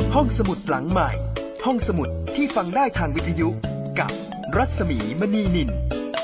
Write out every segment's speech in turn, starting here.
ห้องสมุดหลังใหม่ห้องสมุดที่ฟังได้ทางวิทยุกับรัศมีมณีนิน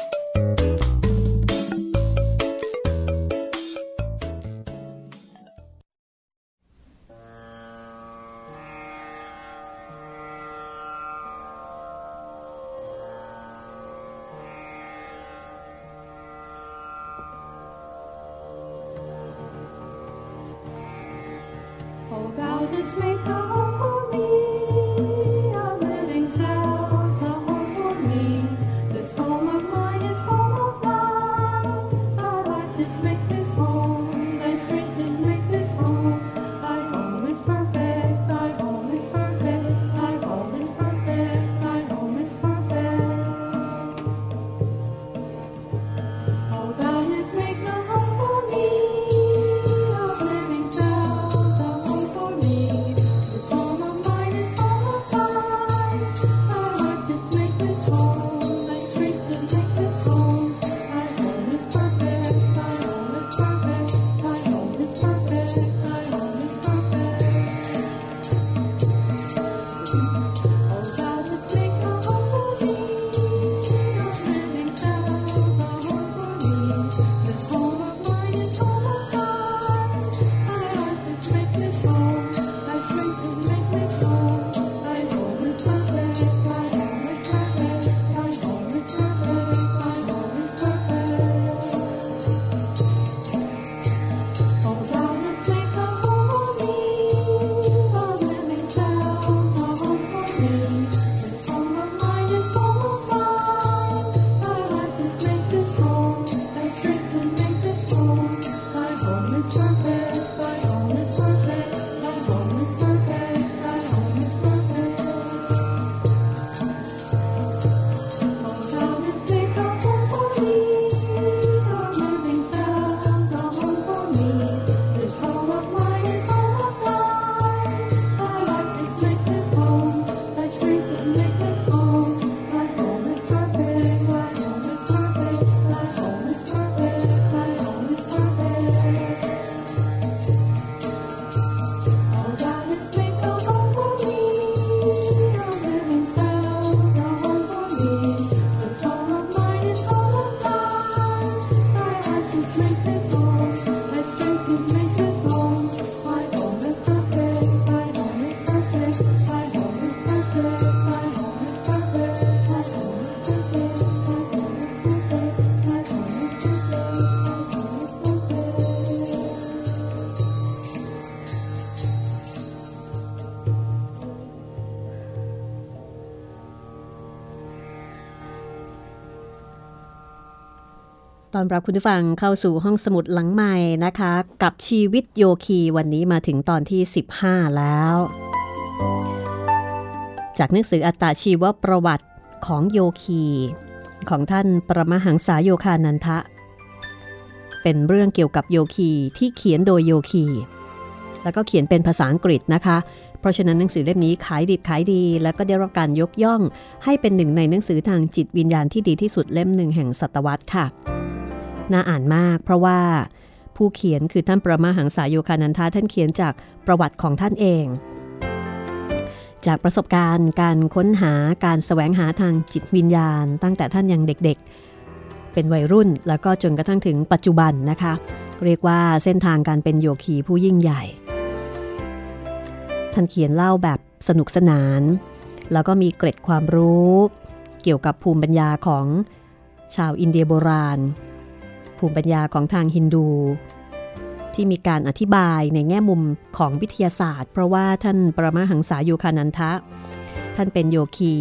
ตอนรับคุณผู้ฟังเข้าสู่ห้องสมุดหลังใหม่นะคะกับชีวิตโยคีวันนี้มาถึงตอนที่15แล้วจากหนังสืออัตชีวประวัติของโยคีของท่านปรมหังสาโยคานันทะเป็นเรื่องเกี่ยวกับโยคีที่เขียนโดยโยคีแล้วก็เขียนเป็นภาษาอังกฤษนะคะเพราะฉะนั้นหนังสือเล่มนี้ขายดิบขายดีแล้วก็ได้รับการยกย่องให้เป็นหนึ่งในหนังสือทางจิตวิญญาณที่ดีที่สุดเล่มหนึ่งแห่งศตวรรษค่ะน่าอ่านมากเพราะว่าผู้เขียนคือท่านปรมหังสาโยคานันทะท่านเขียนจากประวัติของท่านเองจากประสบการณ์การค้นหาการแสวงหาทางจิตวิญญาณตั้งแต่ท่านยังเด็กๆเป็นวัยรุ่นแล้วก็จนกระทั่งถึงปัจจุบันนะคะเรียกว่าเส้นทางการเป็นโยคีผู้ยิ่งใหญ่ท่านเขียนเล่าแบบสนุกสนานแล้วก็มีเกร็ดความรู้เกี่ยวกับภูมิปัญญาของชาวอินเดียโบราณภูมิปัญญาของทางฮินดูที่มีการอธิบายในแง่มุมของวิทยาศาสตร์เพราะว่าท่านปรมหังสาโยคานันทะท่านเป็นโยคี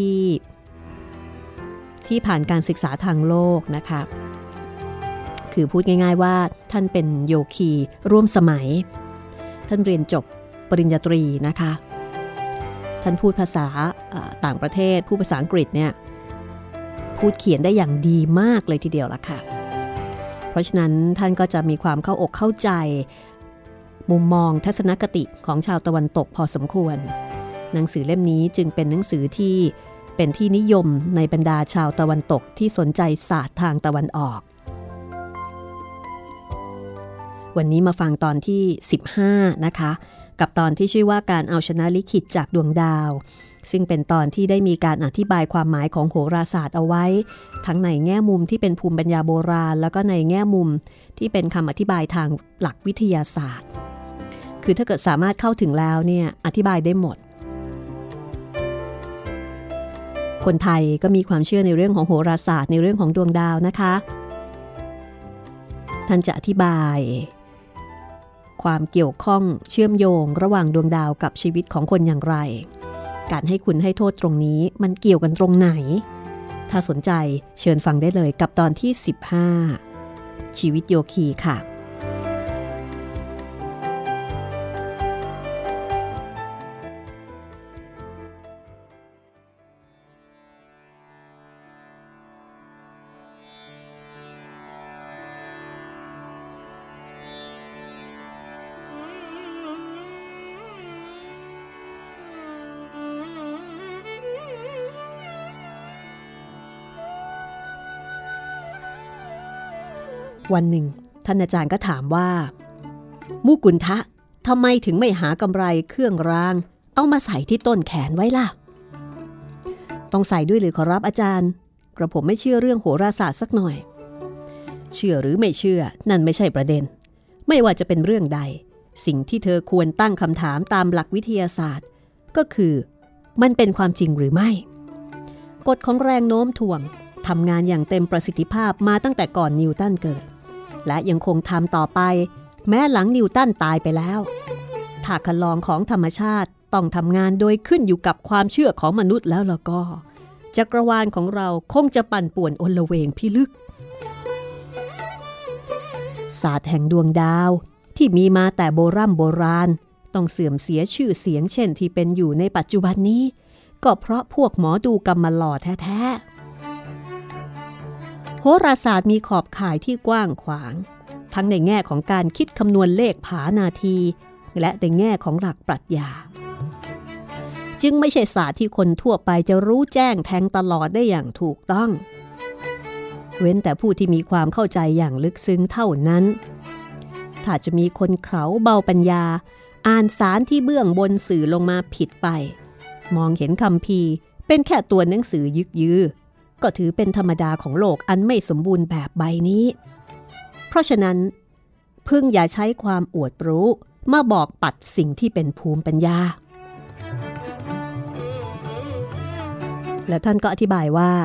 ที่ผ่านการศึกษาทางโลกนะคะคือพูดง่ายๆว่าท่านเป็นโยคีร่วมสมัยท่านเรียนจบปริญญาตรีนะคะท่านพูดภาษาต่างประเทศพูดภาษาอังกฤษเนี่ยพูดเขียนได้อย่างดีมากเลยทีเดียวล่ะค่ะเพราะฉะนั้นท่านก็จะมีความเข้าอกเข้าใจมุมมองทัศนคติของชาวตะวันตกพอสมควรหนังสือเล่มนี้จึงเป็นหนังสือที่เป็นที่นิยมในบรรดาชาวตะวันตกที่สนใจศาสตร์ทางตะวันออกวันนี้มาฟังตอนที่15นะคะกับตอนที่ชื่อว่าการเอาชนะลิขิตจากดวงดาวซึ่งเป็นตอนที่ได้มีการอธิบายความหมายของโหราศาสตร์เอาไว้ทั้งในแง่มุมที่เป็นภูมิปัญญาโบราณแล้วก็ในแง่มุมที่เป็นคำอธิบายทางหลักวิทยาศาสตร์คือถ้าเกิดสามารถเข้าถึงแล้วเนี่ยอธิบายได้หมดคนไทยก็มีความเชื่อในเรื่องของโหราศาสตร์ในเรื่องของดวงดาวนะคะท่านจะอธิบายความเกี่ยวข้องเชื่อมโยงระหว่างดวงดาวกับชีวิตของคนอย่างไรการให้คุณให้โทษตรงนี้มันเกี่ยวกันตรงไหนถ้าสนใจเชิญฟังได้เลยกับตอนที่15ชีวิตโยคีค่ะวันหนึ่งท่านอาจารย์ก็ถามว่ามุกุลทะทำไมถึงไม่หากำไรเครื่องรางเอามาใส่ที่ต้นแขนไว้ล่ะต้องใส่ด้วยหรือขอรับอาจารย์กระผมไม่เชื่อเรื่องโหราศาสตร์สักหน่อยเชื่อหรือไม่เชื่อนั่นไม่ใช่ประเด็นไม่ว่าจะเป็นเรื่องใดสิ่งที่เธอควรตั้งคำถามตามหลักวิทยาศาสตร์ก็คือมันเป็นความจริงหรือไม่กฎของแรงโน้มถ่วงทำงานอย่างเต็มประสิทธิภาพมาตั้งแต่ก่อนนิวตันเกิดและยังคงทำต่อไปแม้หลังนิวตันตายไปแล้วถ้าคันลองของธรรมชาติต้องทำงานโดยขึ้นอยู่กับความเชื่อของมนุษย์แล้วล่ะก็จักรวาลของเราคงจะปั่นป่วนอลเวงพิลึกศาสตร์แห่งดวงดาวที่มีมาแต่โบราณต้องเสื่อมเสียชื่อเสียงเช่นที่เป็นอยู่ในปัจจุบันนี้ก็เพราะพวกหมอดูกำมะหล่อแท้โหราศาสตร์มีขอบข่ายที่กว้างขวางทั้งในแง่ของการคิดคำนวณเลขผานาทีและในแง่ของหลักปรัชญาจึงไม่ใช่ศาสตร์ที่คนทั่วไปจะรู้แจ้งแทงตลอดได้อย่างถูกต้องเว้นแต่ผู้ที่มีความเข้าใจอย่างลึกซึ้งเท่านั้นถ้าจะมีคนเขาเบาปัญญาอ่านสารที่เบื้องบนสื่อลงมาผิดไปมองเห็นคัมภีร์เป็นแค่ตัวหนังสือยึกยือก็ถือเป็นธรรมดาของโลกอันไม่สมบูรณ์แบบใบนี้เพราะฉะนั้นพึงอย่าใช้ความอวดรู้มาบอกปัดสิ่งที่เป็นภูมิปัญญาและท่านก็อธิบายว่า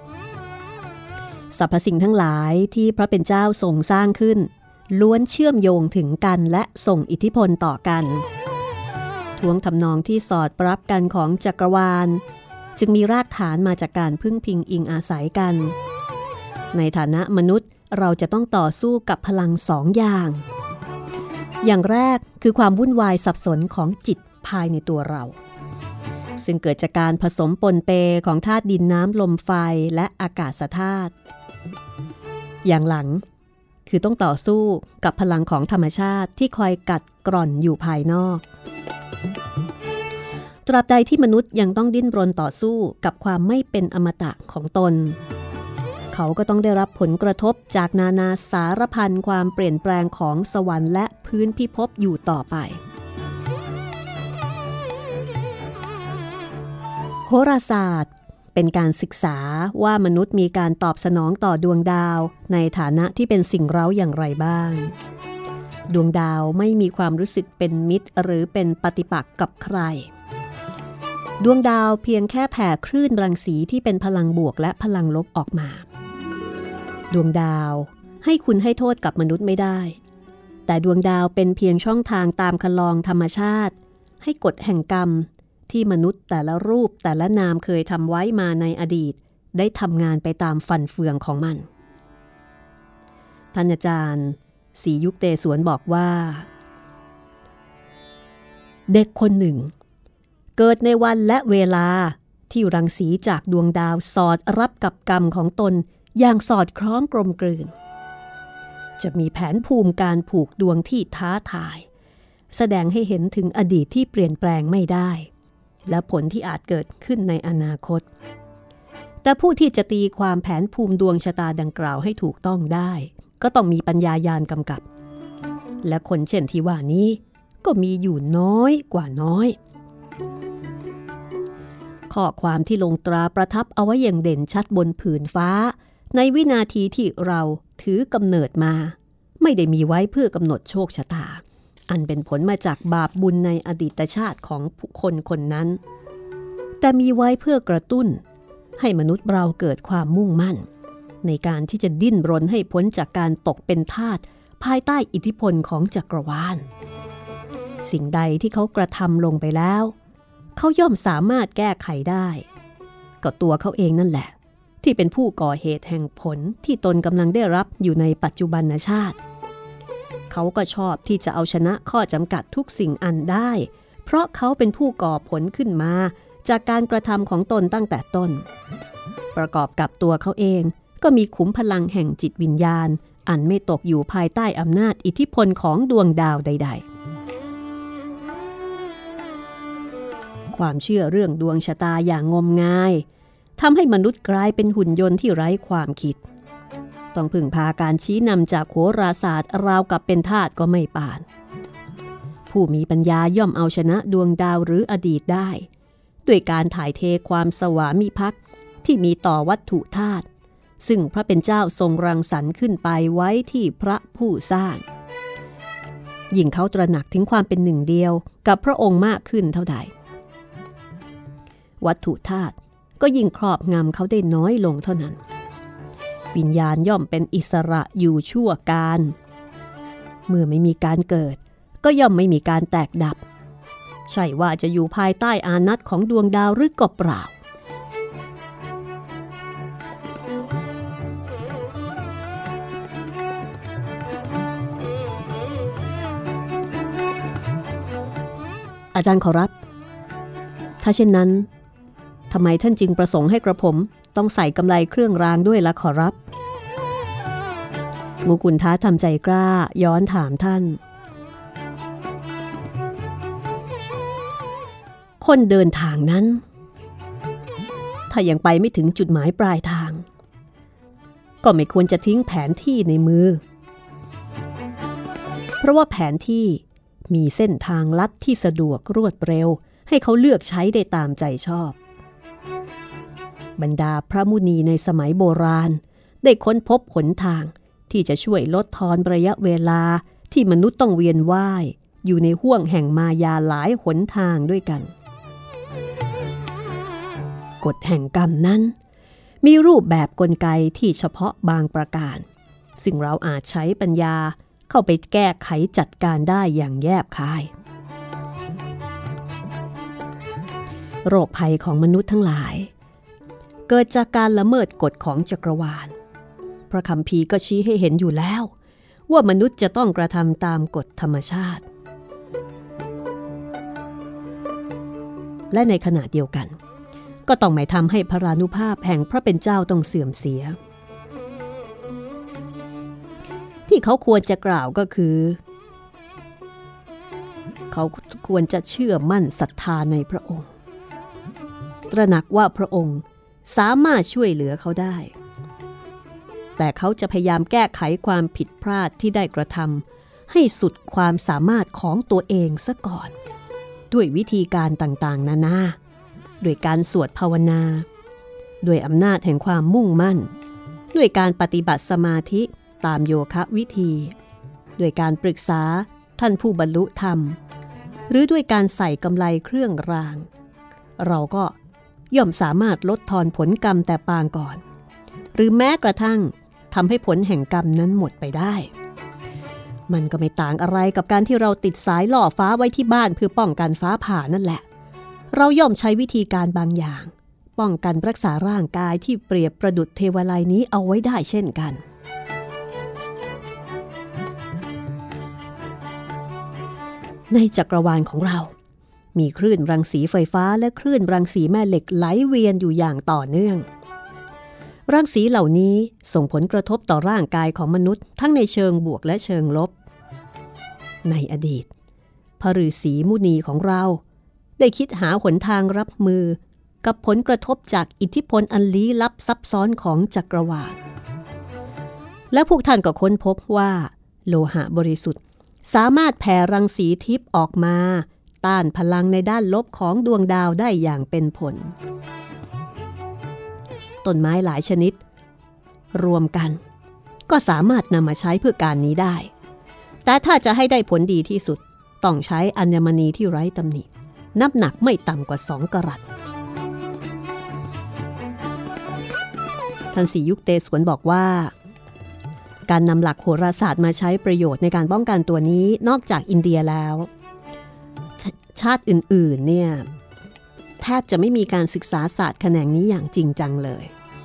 สรรพสิ่งทั้งหลายที่พระเป็นเจ้าทรงสร้างขึ้นล้วนเชื่อมโยงถึงกันและส่งอิทธิพลต่อกันท้วงทำนองที่สอดรับกันของจักรวาลจึงมีรากฐานมาจากการพึ่งพิงอิงอาศัยกันในฐานะมนุษย์เราจะต้องต่อสู้กับพลังสองอย่างแรกคือความวุ่นวายสับสนของจิตภายในตัวเราซึ่งเกิดจากการผสมปนเปของธาตุดินน้ำลมไฟและอากาศธาตุอย่างหลังคือต้องต่อสู้กับพลังของธรรมชาติที่คอยกัดกร่อนอยู่ภายนอกตราบใดที่มนุษย์ยังต้องดิ้นรนต่อสู้กับความไม่เป็นอมตะของตนเขาก็ต้องได้รับผลกระทบจากนานาสารพันความเปลี่ยนแปลงของสวรรค์และพื้นพิภพอยู่ต่อไปโหราศาสตร์เป็นการศึกษาว่ามนุษย์มีการตอบสนองต่อดวงดาวในฐานะที่เป็นสิ่งเร้าอย่างไรบ้างดวงดาวไม่มีความรู้สึกเป็นมิตรหรือเป็นปฏิปักษ์กับใครดวงดาวเพียงแค่แผ่คลื่นรังสีที่เป็นพลังบวกและพลังลบออกมาดวงดาวให้คุณให้โทษกับมนุษย์ไม่ได้แต่ดวงดาวเป็นเพียงช่องทางตามคลองธรรมชาติให้กฎแห่งกรรมที่มนุษย์แต่ละรูปแต่ละนามเคยทำไว้มาในอดีตได้ทำงานไปตามฟันเฟืองของมันท่านอาจารย์ศรียุคเตสวนบอกว่าเด็กคนหนึ่งเกิดในวันและเวลาที่รังสีจากดวงดาวสอดรับกับกรรมของตนอย่างสอดคล้องกลมกลืนจะมีแผนภูมิการผูกดวงที่ท้าทายแสดงให้เห็นถึงอดีตที่เปลี่ยนแปลงไม่ได้และผลที่อาจเกิดขึ้นในอนาคตแต่ผู้ที่จะตีความแผนภูมิดวงชะตาดังกล่าวให้ถูกต้องได้ก็ต้องมีปัญญาญาณกำกับและคนเช่นที่ว่านี้ก็มีอยู่น้อยกว่าน้อยข้อความที่ลงตราประทับเอาไว้อย่างเด่นชัดบนผืนฟ้าในวินาทีที่เราถือกำเนิดมาไม่ได้มีไว้เพื่อกำหนดโชคชะตาอันเป็นผลมาจากบาปบุญในอดีตชาติของคนคนนั้นแต่มีไว้เพื่อกระตุ้นให้มนุษย์เราเกิดความมุ่งมั่นในการที่จะดิ้นรนให้พ้นจากการตกเป็นทาสภายใต้อิทธิพลของจักรวาลสิ่งใดที่เขากระทำลงไปแล้วเขาย่อมสามารถแก้ไขได้ก็ตัวเขาเองนั่นแหละที่เป็นผู้ก่อเหตุแห่งผลที่ตนกำลังได้รับอยู่ในปัจจุบันชาติเขาก็ชอบที่จะเอาชนะข้อจำกัดทุกสิ่งอันได้เพราะเขาเป็นผู้ก่อผลขึ้นมาจากการกระทำของตนตั้งแต่ต้นประกอบกับตัวเขาเองก็มีขุมพลังแห่งจิตวิญญาณอันไม่ตกอยู่ภายใต้อำนาจอิทธิพลของดวงดาวใดๆความเชื่อเรื่องดวงชะตาอย่างงมงายทำให้มนุษย์กลายเป็นหุ่นยนต์ที่ไร้ความคิดต้องพึ่งพาการชี้นำจากโหราศาสตร์ราวกับเป็นทาสก็ไม่ป่านผู้มีปัญญาย่อมเอาชนะดวงดาวหรืออดีตได้ด้วยการถ่ายเทความสวามิภักดิ์ที่มีต่อวัตถุธาตุซึ่งพระเป็นเจ้าทรงรังสรรค์ขึ้นไปไว้ที่พระผู้สร้างยิ่งเขาตระหนักถึงความเป็นหนึ่งเดียวกับพระองค์มากขึ้นเท่าใดวัตถุธาตุก็ยิ่งครอบงำเขาได้น้อยลงเท่านั้นวิญญาณย่อมเป็นอิสระอยู่ชั่วการเมื่อไม่มีการเกิดก็ย่อมไม่มีการแตกดับใช่ว่าจะอยู่ภายใต้อานัตของดวงดาวหรือก็เปล่าอาจารย์ขอรับถ้าเช่นนั้นทำไมท่านจึงประสงค์ให้กระผมต้องใส่กำไลเครื่องรางด้วยล่ะขอรับมุกุลท้าทำใจกล้าย้อนถามท่านคนเดินทางนั้นถ้ายังไปไม่ถึงจุดหมายปลายทางก็ไม่ควรจะทิ้งแผนที่ในมือเพราะว่าแผนที่มีเส้นทางลัดที่สะดวกรวดเร็วให้เขาเลือกใช้ได้ตามใจชอบบรรดาพระมุนีในสมัยโบราณได้ค้นพบหนทางที่จะช่วยลดทอนระยะเวลาที่มนุษย์ต้องเวียนว่ายอยู่ในห้วงแห่งมายาหลายหนทางด้วยกันกฎแห่งกรรมนั้นมีรูปแบบกลไกที่เฉพาะบางประการซึ่งเราอาจใช้ปัญญาเข้าไปแก้ไขจัดการได้อย่างแยบคายโรคภัยของมนุษย์ทั้งหลายเกิดจากการละเมิดกฎของจักรวาลพระคัมภีร์ก็ชี้ให้เห็นอยู่แล้วว่ามนุษย์จะต้องกระทำตามกฎธรรมชาติและในขณะเดียวกันก็ต้องไม่ทำให้พรานุภาพแห่งพระเป็นเจ้าต้องเสื่อมเสียที่เขาควรจะกล่าวก็คือเขาควรจะเชื่อมั่นศรัทธาในพระองค์ตระหนักว่าพระองค์สามารถช่วยเหลือเขาได้แต่เขาจะพยายามแก้ไขความผิดพลาดที่ได้กระทำให้สุดความสามารถของตัวเองซะก่อนด้วยวิธีการต่างๆนานาด้วยการสวดภาวนาด้วยอำนาจแห่งความมุ่งมั่นด้วยการปฏิบัติสมาธิตามโยคะวิธีด้วยการปรึกษาท่านผู้บรรลุธรรมหรือด้วยการใส่กำไลเครื่องรางเราก็ย่อมสามารถลดทอนผลกรรมแต่ปางก่อนหรือแม้กระทั่งทำให้ผลแห่งกรรมนั้นหมดไปได้มันก็ไม่ต่างอะไรกับการที่เราติดสายล่อฟ้าไว้ที่บ้านเพื่อป้องกันฟ้าผ่านั่นแหละเราย่อมใช้วิธีการบางอย่างป้องกันรักษาร่างกายที่เปรียบประดุจเทวาลัยนี้เอาไว้ได้เช่นกันในจักรวาลของเรามีคลื่นรังสีไฟฟ้าและคลื่นรังสีแม่เหล็กไหลเวียนอยู่อย่างต่อเนื่องรังสีเหล่านี้ส่งผลกระทบต่อร่างกายของมนุษย์ทั้งในเชิงบวกและเชิงลบในอดีตพระฤาษีมุนีของเราได้คิดหาหนทางรับมือกับผลกระทบจากอิทธิพลอันลี้ลับซับซ้อนของจักรวาลและพวกท่านก็ค้นพบว่าโลหะบริสุทธิ์สามารถแผ่รังสีทิพย์ออกมาต้านพลังในด้านลบของดวงดาวได้อย่างเป็นผลต้นไม้หลายชนิดรวมกันก็สามารถนำมาใช้เพื่อการนี้ได้แต่ถ้าจะให้ได้ผลดีที่สุดต้องใช้อัญมณีที่ไร้ตำหนิน้ำหนักไม่ต่ำกว่า2 กะรัตท่านศรียุคเตสวนบอกว่าการนำหลักโหราศาสตร์มาใช้ประโยชน์ในการป้องกันตัวนี้นอกจากอินเดียแล้วชาติอื่นๆเนี่ยแทบจะไม่มีการศึกษาศาสตร์แขนงนี้อย่างจริงจังเลย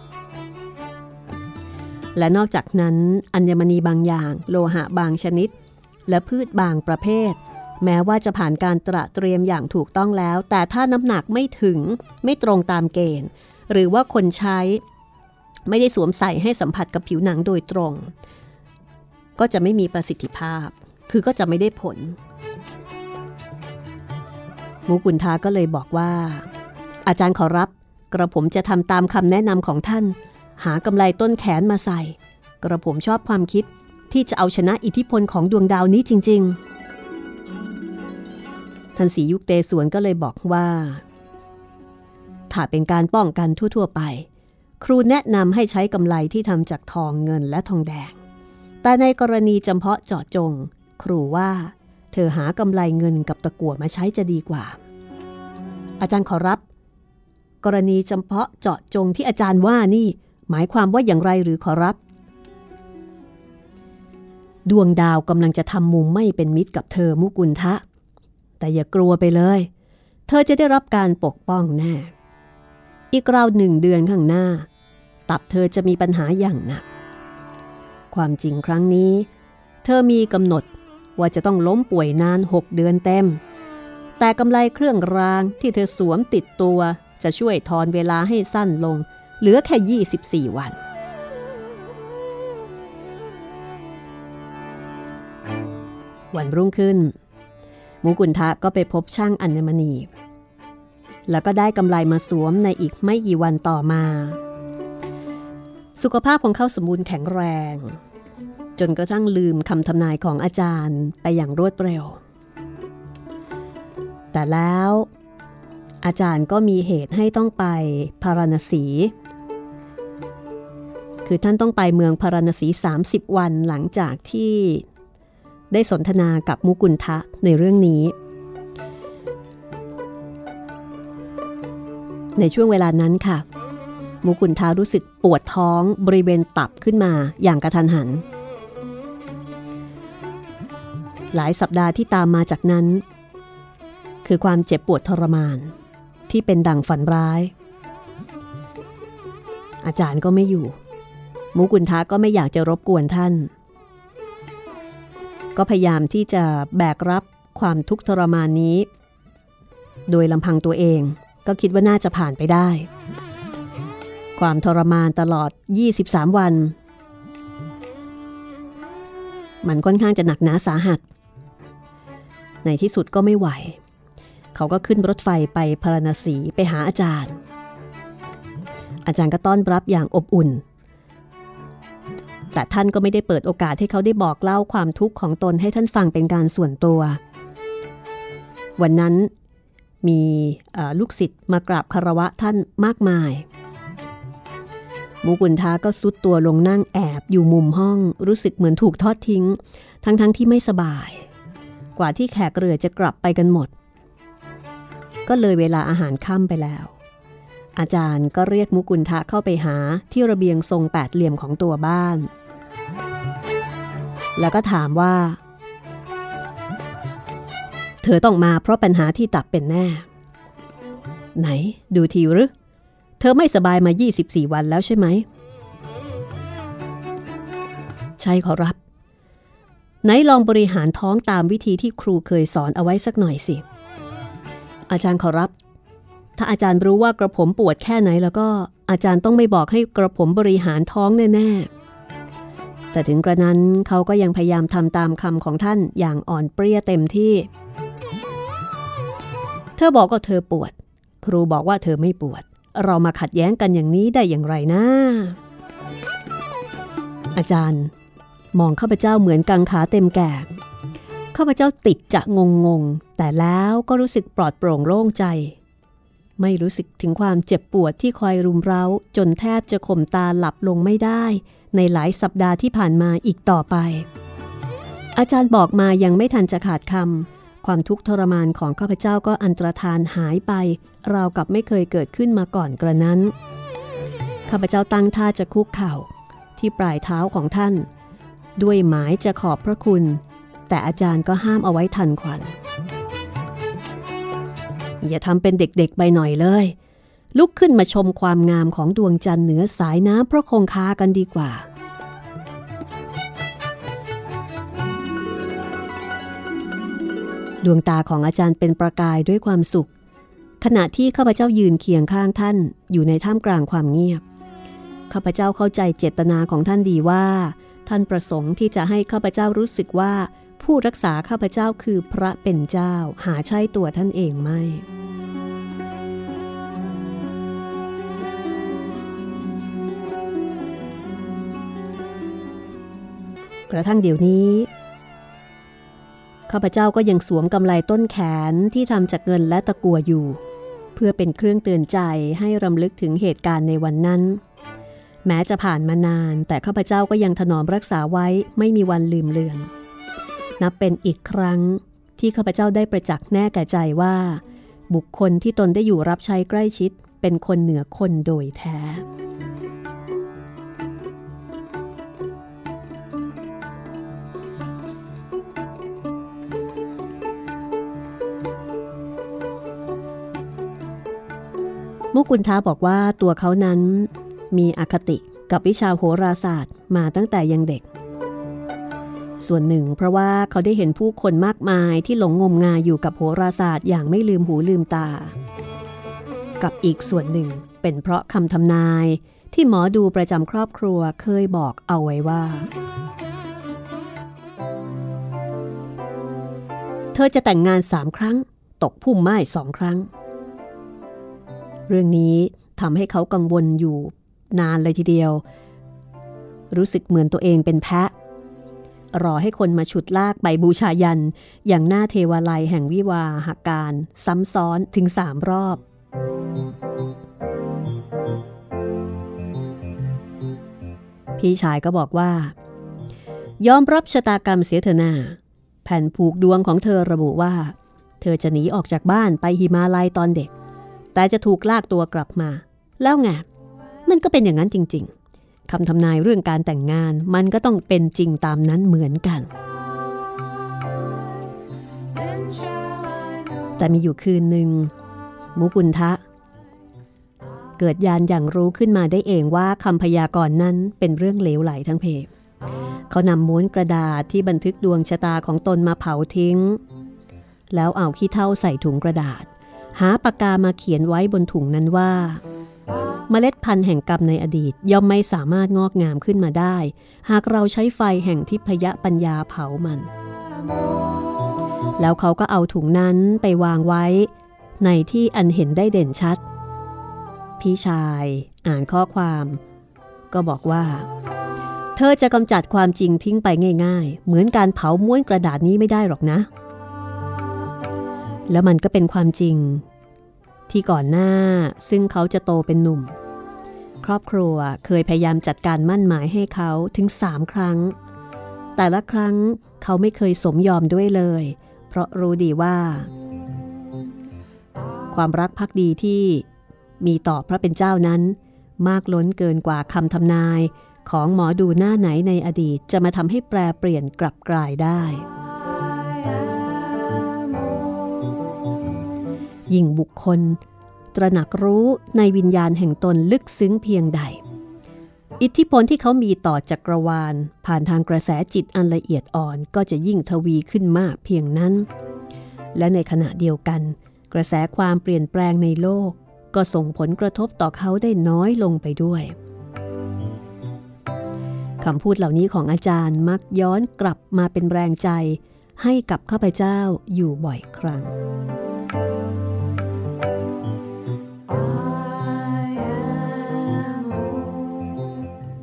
และนอกจากนั้นอัญมณีบางอย่างโลหะบางชนิดและพืชบางประเภทแม้ว่าจะผ่านการตระเตรียมอย่างถูกต้องแล้วแต่ถ้าน้ำหนักไม่ถึงไม่ตรงตามเกณฑ์หรือว่าคนใช้ไม่ได้สวมใส่ให้สัมผัสกับผิวหนังโดยตรงก็จะไม่มีประสิทธิภาพคือก็จะไม่ได้ผลมุกุลทาก็เลยบอกว่าอาจารย์ขอรับกระผมจะทำตามคำแนะนำของท่านหากำไลต้นแขนมาใส่กระผมชอบความคิดที่จะเอาชนะอิทธิพลของดวงดาวนี้จริงๆท่านศรียุคเตสวนก็เลยบอกว่าถ้าเป็นการป้องกันทั่วๆไปครูแนะนำให้ใช้กำไลที่ทำจากทองเงินและทองแดงแต่ในกรณีจำเพาะเจาะจงครูว่าเธอหากำไลเงินกับตะกั่วมาใช้จะดีกว่าอาจารย์ขอรับกรณีจำเพาะเจาะจงที่อาจารย์ว่านี่หมายความว่าอย่างไรหรือขอรับดวงดาวกำลังจะทำมุมไม่เป็นมิตรกับเธอมุกุลทะแต่อย่ากลัวไปเลยเธอจะได้รับการปกป้องแน่อีกราว1 เดือนข้างหน้าตับเธอจะมีปัญหาอย่างหนักความจริงครั้งนี้เธอมีกำหนดว่าจะต้องล้มป่วยนาน6 เดือนเต็มแต่กำไลเครื่องรางที่เธอสวมติดตัวจะช่วยทอนเวลาให้สั้นลงเหลือแค่24 วันวันรุ่งขึ้นมุกุลทะก็ไปพบช่างอัญมณีแล้วก็ได้กำไลมาสวมในอีกไม่กี่วันต่อมาสุขภาพของเขาสมบูรณ์แข็งแรงจนกระทั่งลืมคำทำนายของอาจารย์ไปอย่างรวดเร็วแต่แล้วอาจารย์ก็มีเหตุให้ต้องไปพาราณสีคือท่านต้องไปเมืองพาราณสี30 วันหลังจากที่ได้สนทนากับมุกุลทะในเรื่องนี้ในช่วงเวลานั้นค่ะมุกุลทะรู้สึกปวดท้องบริเวณตับขึ้นมาอย่างกระทันหันหลายสัปดาห์ที่ตามมาจากนั้นคือความเจ็บปวดทรมานที่เป็นดั่งฝันร้ายอาจารย์ก็ไม่อยู่มุกุลทะก็ไม่อยากจะรบกวนท่านก็พยายามที่จะแบกรับความทุกข์ทรมานนี้โดยลำพังตัวเองก็คิดว่าน่าจะผ่านไปได้ความทรมานตลอด23 วันมันค่อนข้างจะหนักหนาสาหัสในที่สุดก็ไม่ไหวเขาก็ขึ้นรถไฟไปพาราณสีไปหาอาจารย์ก็ต้อนรับอย่างอบอุ่นแต่ท่านก็ไม่ได้เปิดโอกาสให้เขาได้บอกเล่าความทุกข์ของตนให้ท่านฟังเป็นการส่วนตัววันนั้นมีลูกศิษย์มากราบคารวะท่านมากมายมุกุลทะก็ซุดตัวลงนั่งแอบอยู่มุมห้องรู้สึกเหมือนถูกทอดทิ้งทั้งที่ไม่สบายกว่าที่แขกเรือจะกลับไปกันหมดก็เลยเวลาอาหารค่ำไปแล้วอาจารย์ก็เรียกมุกุลทะเข้าไปหาที่ระเบียงทรง8 เหลี่ยมของตัวบ้านแล้วก็ถามว่าเธอต้องมาเพราะปัญหาที่ตับเป็นแน่ไหนดูทีหรือเธอไม่สบายมา24 วันแล้วใช่ไหมใช่ขอรับไหนลองบริหารท้องตามวิธีที่ครูเคยสอนเอาไว้สักหน่อยสิอาจารย์ขอรับถ้าอาจารย์รู้ว่ากระผมปวดแค่ไหนแล้วก็อาจารย์ต้องไม่บอกให้กระผมบริหารท้องแน่ๆแต่ถึงกระนั้นเขาก็ยังพยายามทำตามคำของท่านอย่างอ่อนเปรี้ยเต็มที่เธอบอกว่าเธอปวดครูบอกว่าเธอไม่ปวดเรามาขัดแย้งกันอย่างนี้ได้อย่างไรนะอาจารย์มองข้าพเจ้าเหมือนกังขาเต็มแก่ข้าพเจ้าติดจะงงแต่แล้วก็รู้สึกปลอดโปร่งโล่งใจไม่รู้สึกถึงความเจ็บปวดที่คอยรุมเร้าจนแทบจะข่มตาหลับลงไม่ได้ในหลายสัปดาห์ที่ผ่านมาอีกต่อไปอาจารย์บอกมายังไม่ทันจะขาดคำความทุกข์ทรมานของข้าพเจ้าก็อันตรธานหายไปราวกับไม่เคยเกิดขึ้นมาก่อนกระนั้นข้าพเจ้าตั้งท่าจะคุกเข่าที่ปลายเท้าของท่านด้วยหมายจะขอบพระคุณแต่อาจารย์ก็ห้ามเอาไว้ทันควันอย่าทำเป็นเด็กๆไปหน่อยเลยลุกขึ้นมาชมความงามของดวงจันทร์เหนือสายน้ำพระคงคากันดีกว่าดวงตาของอาจารย์เป็นประกายด้วยความสุขขณะที่ข้าพเจ้ายืนเคียงข้างท่านอยู่ในท่ามกลางความเงียบข้าพเจ้าเข้าใจเจตนาของท่านดีว่าท่านประสงค์ที่จะให้ข้าพเจ้ารู้สึกว่าผู้รักษาข้าพเจ้าคือพระเป็นเจ้าหาใช่ตัวท่านเองไม่กระทั่งเดี๋ยวนี้ข้าพเจ้าก็ยังสวมกำไลต้นแขนที่ทำจากเงินและตะกั่วอยู่เพื่อเป็นเครื่องเตือนใจให้รำลึกถึงเหตุการณ์ในวันนั้นแม้จะผ่านมานานแต่ข้าพเจ้าก็ยังถนอมรักษาไว้ไม่มีวันลืมเลือนนับเป็นอีกครั้งที่ข้าพเจ้าได้ประจักษ์แน่แก่ใจว่าบุคคลที่ตนได้อยู่รับใช้ใกล้ชิดเป็นคนเหนือคนโดยแท้มุกุลท้าบอกว่าตัวเขานั้นมีอคติกับวิชาโหราศาสตร์มาตั้งแต่ยังเด็กส่วนหนึ่งเพราะว่าเขาได้เห็นผู้คนมากมายที่หลงงมงายอยู่กับโหราศาสตร์อย่างไม่ลืมหูลืมตากับอีกส่วนหนึ่งเป็นเพราะคำทำนายที่หมอดูประจำครอบครัวเคยบอกเอาไว้ว่าเธอจะแต่งงาน3 ครั้งตกพุ่มไม้2 ครั้งเรื่องนี้ทำให้เขากังวลอยู่นานเลยทีเดียวรู้สึกเหมือนตัวเองเป็นแพะรอให้คนมาฉุดลากไปบูชายัญอย่างหน้าเทวาลัยแห่งวิวาหาการซ้ำซ้อนถึง3 รอบพี่ชายก็บอกว่ายอมรับชะตากรรมเสียเถอะนาแผ่นผูกดวงของเธอระบุว่าเธอจะหนีออกจากบ้านไปหิมาลัยตอนเด็กแต่จะถูกลากตัวกลับมาแล้วไงมันก็เป็นอย่างนั้นจริงๆคำทำนายเรื่องการแต่งงานมันก็ต้องเป็นจริงตามนั้นเหมือนกันแต่มีอยู่คืนหนึ่งมุกุลทะเกิดญาณอย่างรู้ขึ้นมาได้เองว่าคำพยากรณ์นั้นเป็นเรื่องเหลวไหลทั้งเพเขานำม้วนกระดาษที่บันทึกดวงชะตาของตนมาเผาทิ้งแล้วเอาขี้เถ้าใส่ถุงกระดาษหาปากกามาเขียนไว้บนถุงนั้นว่าเมล็ดพันธุ์แห่งกรรมในอดีตย่อมไม่สามารถงอกงามขึ้นมาได้หากเราใช้ไฟแห่งทิพยปัญญาเผามันแล้วเขาก็เอาถุงนั้นไปวางไว้ในที่อันเห็นได้เด่นชัดพี่ชายอ่านข้อความก็บอกว่าเธอจะกำจัดความจริงทิ้งไปง่ายๆเหมือนการเผาม้วนกระดาษนี้ไม่ได้หรอกนะแล้วมันก็เป็นความจริงที่ก่อนหน้าซึ่งเขาจะโตเป็นหนุ่มครอบครัวเคยพยายามจัดการมั่นหมายให้เขาถึง3 ครั้งแต่ละครั้งเขาไม่เคยสมยอมด้วยเลยเพราะรู้ดีว่าความรักภักดีที่มีต่อพระเป็นเจ้านั้นมากล้นเกินกว่าคำทำนายของหมอดูหน้าไหนในอดีตจะมาทำให้แปรเปลี่ยนกลับกลายได้ยิ่งบุคคลตระหนักรู้ในวิญญาณแห่งตนลึกซึ้งเพียงใดอิทธิพลที่เขามีต่อจักรวาลผ่านทางกระแสจิตอันละเอียดอ่อนก็จะยิ่งทวีขึ้นมากเพียงนั้นและในขณะเดียวกันกระแสความเปลี่ยนแปลงในโลกก็ส่งผลกระทบต่อเขาได้น้อยลงไปด้วยคำพูดเหล่านี้ของอาจารย์มักย้อนกลับมาเป็นแรงใจให้กับข้าพเจ้าอยู่บ่อยครั้ง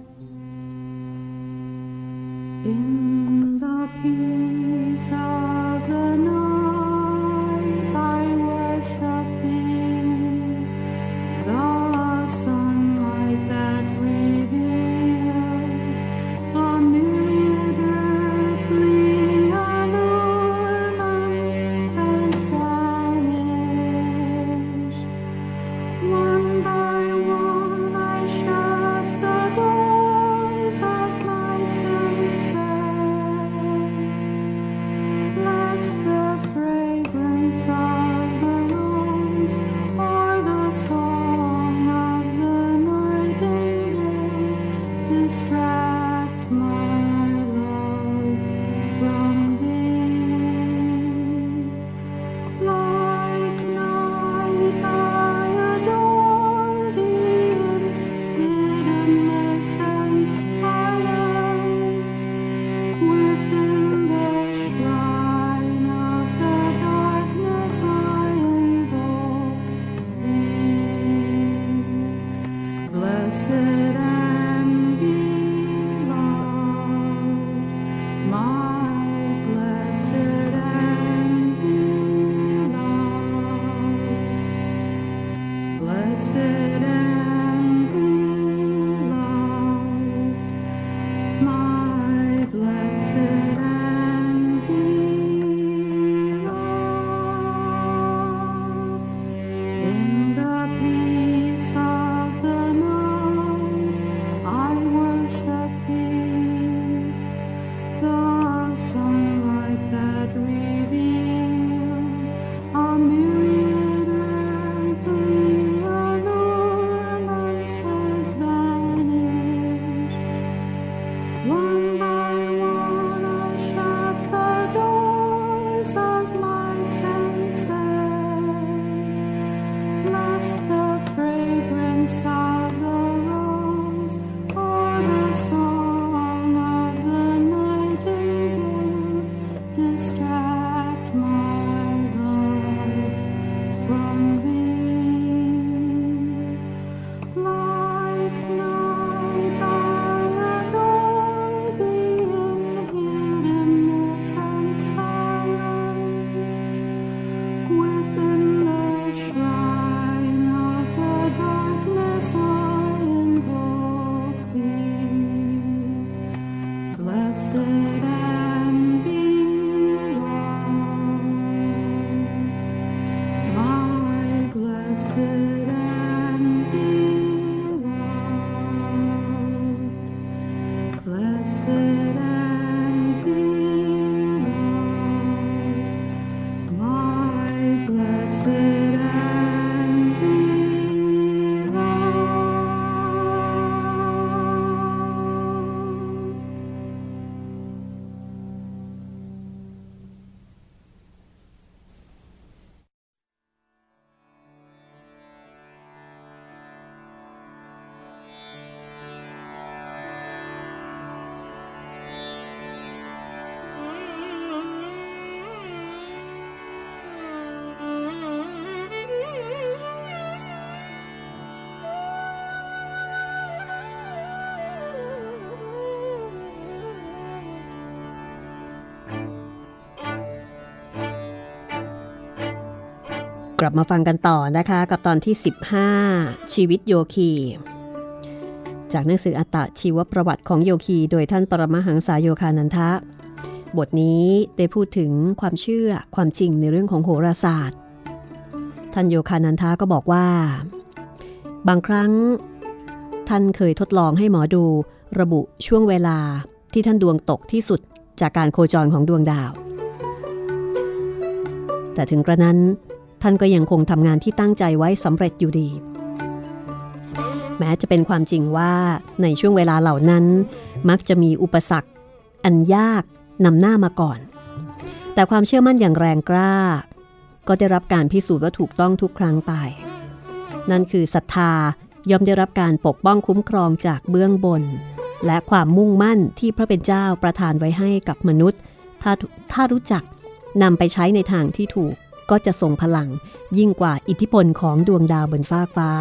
In the peace of กลับมาฟังกันต่อนะคะกับตอนที่15ชีวิตโยคีจากหนังสืออัตตชีวประวัติของโยคีโดยท่านปรมหังสาโยคานันทะบทนี้ได้พูดถึงความเชื่อความจริงในเรื่องของโหราศาสตร์ท่านโยคานันทะก็บอกว่าบางครั้งท่านเคยทดลองให้หมอดูระบุช่วงเวลาที่ท่านดวงตกที่สุดจากการโคจรของดวงดาวแต่ถึงกระนั้นท่านก็ยังคงทำงานที่ตั้งใจไว้สำเร็จอยู่ดีแม้จะเป็นความจริงว่าในช่วงเวลาเหล่านั้นมักจะมีอุปสรรคอันยากนำหน้ามาก่อนแต่ความเชื่อมั่นอย่างแรงกล้าก็ได้รับการพิสูจน์ว่าถูกต้องทุกครั้งไปนั่นคือศรัทธาย่อมได้รับการปกป้องคุ้มครองจากเบื้องบนและความมุ่งมั่นที่พระเป็นเจ้าประทานไว้ให้กับมนุษย์ถ้ารู้จักนำไปใช้ในทางที่ถูกก็จะส่งพลังยิ่งกว่าอิทธิพลของดวงดาวบนฟากฟ้า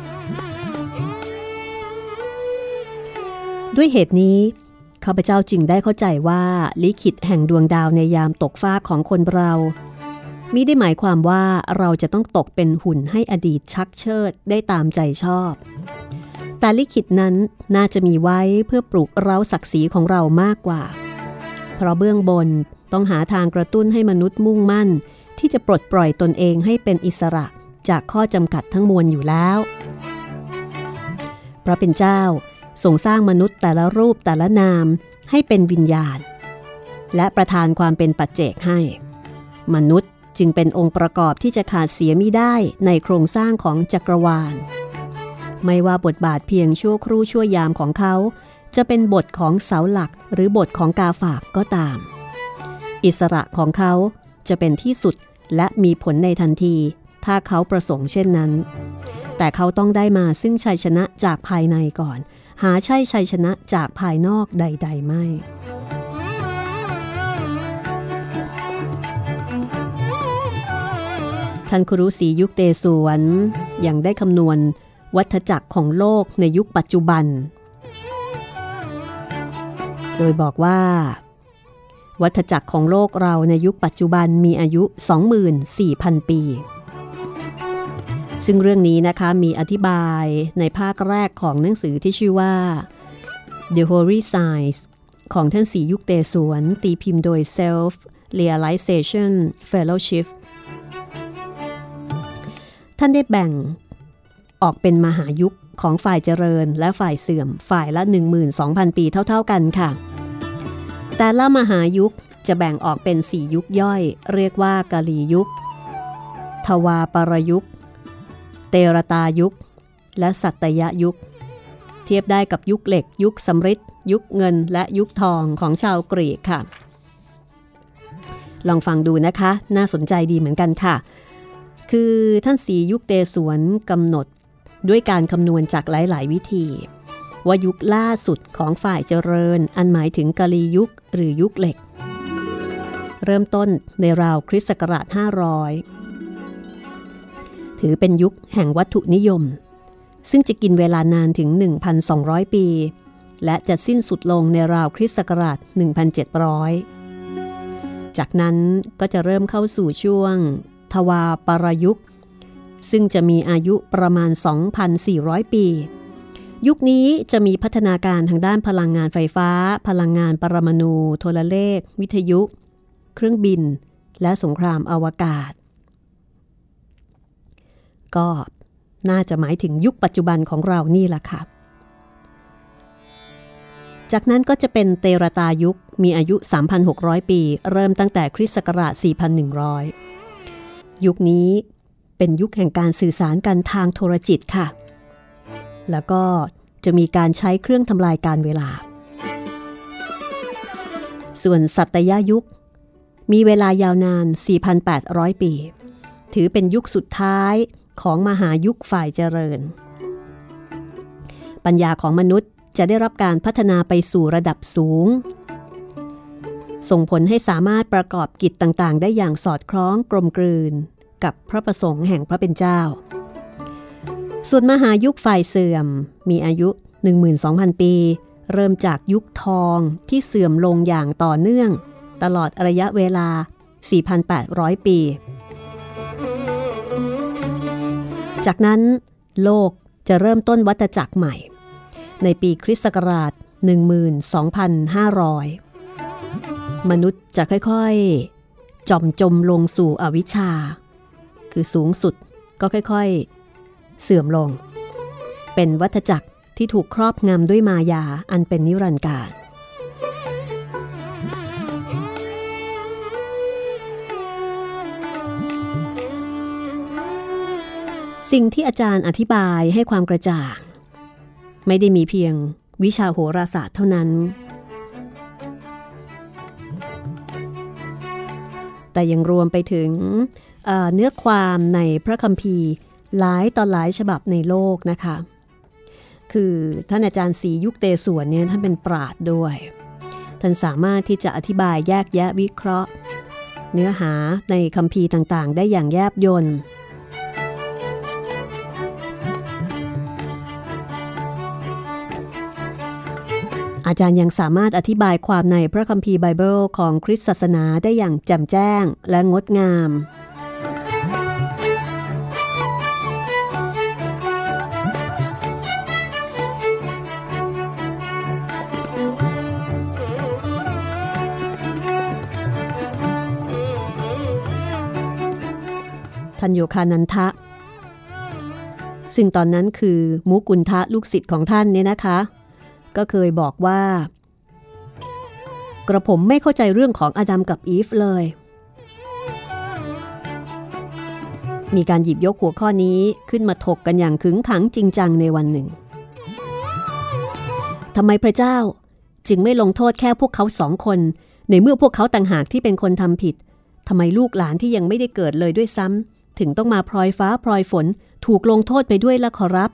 ด้วยเหตุนี้ข้าพเจ้าจึงได้เข้าใจว่าลิขิตแห่งดวงดาวในยามตกฟากของคนเรามิได้หมายความว่าเราจะต้องตกเป็นหุ่นให้อดีตชักเชิดได้ตามใจชอบแต่ลิขิตนั้นน่าจะมีไว้เพื่อปลุกเร้าศักดิ์ศรีของเรามากกว่าเพราะเบื้องบนต้องหาทางกระตุ้นให้มนุษย์มุ่งมั่นที่จะปลดปล่อยตนเองให้เป็นอิสระจากข้อจำกัดทั้งมวลอยู่แล้วพระเป็นเจ้าทรงสร้างมนุษย์แต่ละรูปแต่ละนามให้เป็นวิญญาณและประทานความเป็นปัจเจกให้มนุษย์จึงเป็นองค์ประกอบที่จะขาดเสียมิได้ในโครงสร้างของจักรวาลไม่ว่าบทบาทเพียงชั่วครู่ชั่วยามของเขาจะเป็นบทของเสาหลักหรือบทของกาฝากก็ตามอิสระของเขาจะเป็นที่สุดและมีผลในทันทีถ้าเขาประสงค์เช่นนั้นแต่เขาต้องได้มาซึ่งชัยชนะจากภายในก่อนหาใช่ชัยชนะจากภายนอกใดๆไม่ท่านครูศรียุคเตศวรยังได้คำนวณวัฏจักรของโลกในยุคปัจจุบันโดยบอกว่าวัฏจักรของโลกเราในยุคปัจจุบันมีอายุ 24,000 ปีซึ่งเรื่องนี้นะคะมีอธิบายในภาคแรกของหนังสือที่ชื่อว่า The Holy Science ของท่านศรียุคเตศวรตีพิมพ์โดย Self Realization Fellowship ท่านได้แบ่งออกเป็นมหายุคของฝ่ายเจริญและฝ่ายเสื่อมฝ่ายละ 12,000 ปีเท่าๆกันค่ะแต่ละมหายุคจะแบ่งออกเป็น4ยุคย่อยเรียกว่ากาลียุคทวาปรยุคเตรตายุคและสัตยยุคเทียบได้กับยุคเหล็กยุคสำริดยุคเงินและยุคทองของชาวกรีกค่ะลองฟังดูนะคะน่าสนใจดีเหมือนกันค่ะคือท่านศรียุคเตศวรกำหนดด้วยการคำนวณจากหลายๆวิธีว่ายุคล่าสุดของฝ่ายเจริญอันหมายถึงกาลียุคหรือยุคเหล็กเริ่มต้นในราวคริสต์ศักราช500ถือเป็นยุคแห่งวัตถุนิยมซึ่งจะกินเวลานานถึง 1,200 ปีและจะสิ้นสุดลงในราวคริสต์ศักราช 1,700 จากนั้นก็จะเริ่มเข้าสู่ช่วงทวาปรยุคซึ่งจะมีอายุประมาณ 2,400 ปียุคนี้จะมีพัฒนาการทางด้านพลังงานไฟฟ้าพลังงานปรมาณูโทรเลขวิทยุเครื่องบินและสงครามอวกาศก็น่าจะหมายถึงยุคปัจจุบันของเรานี่แหละค่ะจากนั้นก็จะเป็นเตระตายุคมีอายุ 3,600 ปีเริ่มตั้งแต่คริสต์ศักราช 4,100 ยุคนี้เป็นยุคแห่งการสื่อสารกันทางโทรจิตค่ะแล้วก็จะมีการใช้เครื่องทำลายการเวลาส่วนสัตยยุคมีเวลายาวนาน 4,800 ปีถือเป็นยุคสุดท้ายของมหายุคฝ่ายเจริญปัญญาของมนุษย์จะได้รับการพัฒนาไปสู่ระดับสูงส่งผลให้สามารถประกอบกิจต่างๆได้อย่างสอดคล้องกลมกลืนกับพระประสงค์แห่งพระเป็นเจ้าส่วนมหายุคฝ่ายเสื่อมมีอายุ 12,000 ปีเริ่มจากยุคทองที่เสื่อมลงอย่างต่อเนื่องตลอดระยะเวลา 4,800 ปีจากนั้นโลกจะเริ่มต้นวัฏจักรใหม่ในปีคริสต์ศักราช 12,500 มนุษย์จะค่อยๆจมลงสู่อวิชชาคือสูงสุดก็ค่อยๆเสื่อมลงเป็นวัฏจักรที่ถูกครอบงำด้วยมายาอันเป็นนิรันดร์กาลสิ่งที่อาจารย์อธิบายให้ความกระจ่างไม่ได้มีเพียงวิชาโหราศาสตร์เท่านั้นแต่ยังรวมไปถึงเนื้อความในพระคัมภีร์หลายต่อหลายฉบับในโลกนะคะคือท่านอาจารย์ศรียุคเตศวรเนี่ยท่านเป็นปราชญ์ด้วยท่านสามารถที่จะอธิบายแยกแยะวิเคราะห์เนื้อหาในคัมภีร์ต่างๆได้อย่างแยบยลอาจารย์ยังสามารถอธิบายความในพระคัมภีร์ไบเบิลของคริสต์ศาสนาได้อย่างแจ่มแจ้งและงดงามท่านโยคานันทะซึ่งตอนนั้นคือมุกุลทะลูกศิษย์ของท่านเนี่ยนะคะก็เคยบอกว่ากระผมไม่เข้าใจเรื่องของอาดัมกับอีฟเลยมีการหยิบยกหัวข้อนี้ขึ้นมาถกกันอย่างขึงขังจริงจังในวันหนึ่งทำไมพระเจ้าจึงไม่ลงโทษแค่พวกเขา2 คนในเมื่อพวกเขาต่างหากที่เป็นคนทำผิดทำไมลูกหลานที่ยังไม่ได้เกิดเลยด้วยซ้ำถึงต้องมาพลอยฟ้าพลอยฝนถูกลงโทษไปด้วยล่ะขอรับ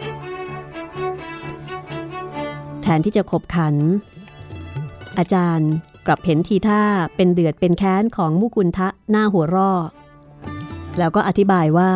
แทนที่จะขบขันอาจารย์กลับเห็นทีท่าเป็นเดือดเป็นแค้นของมุกุลทะหน้าหัวร่อแล้วก็อธิบายว่า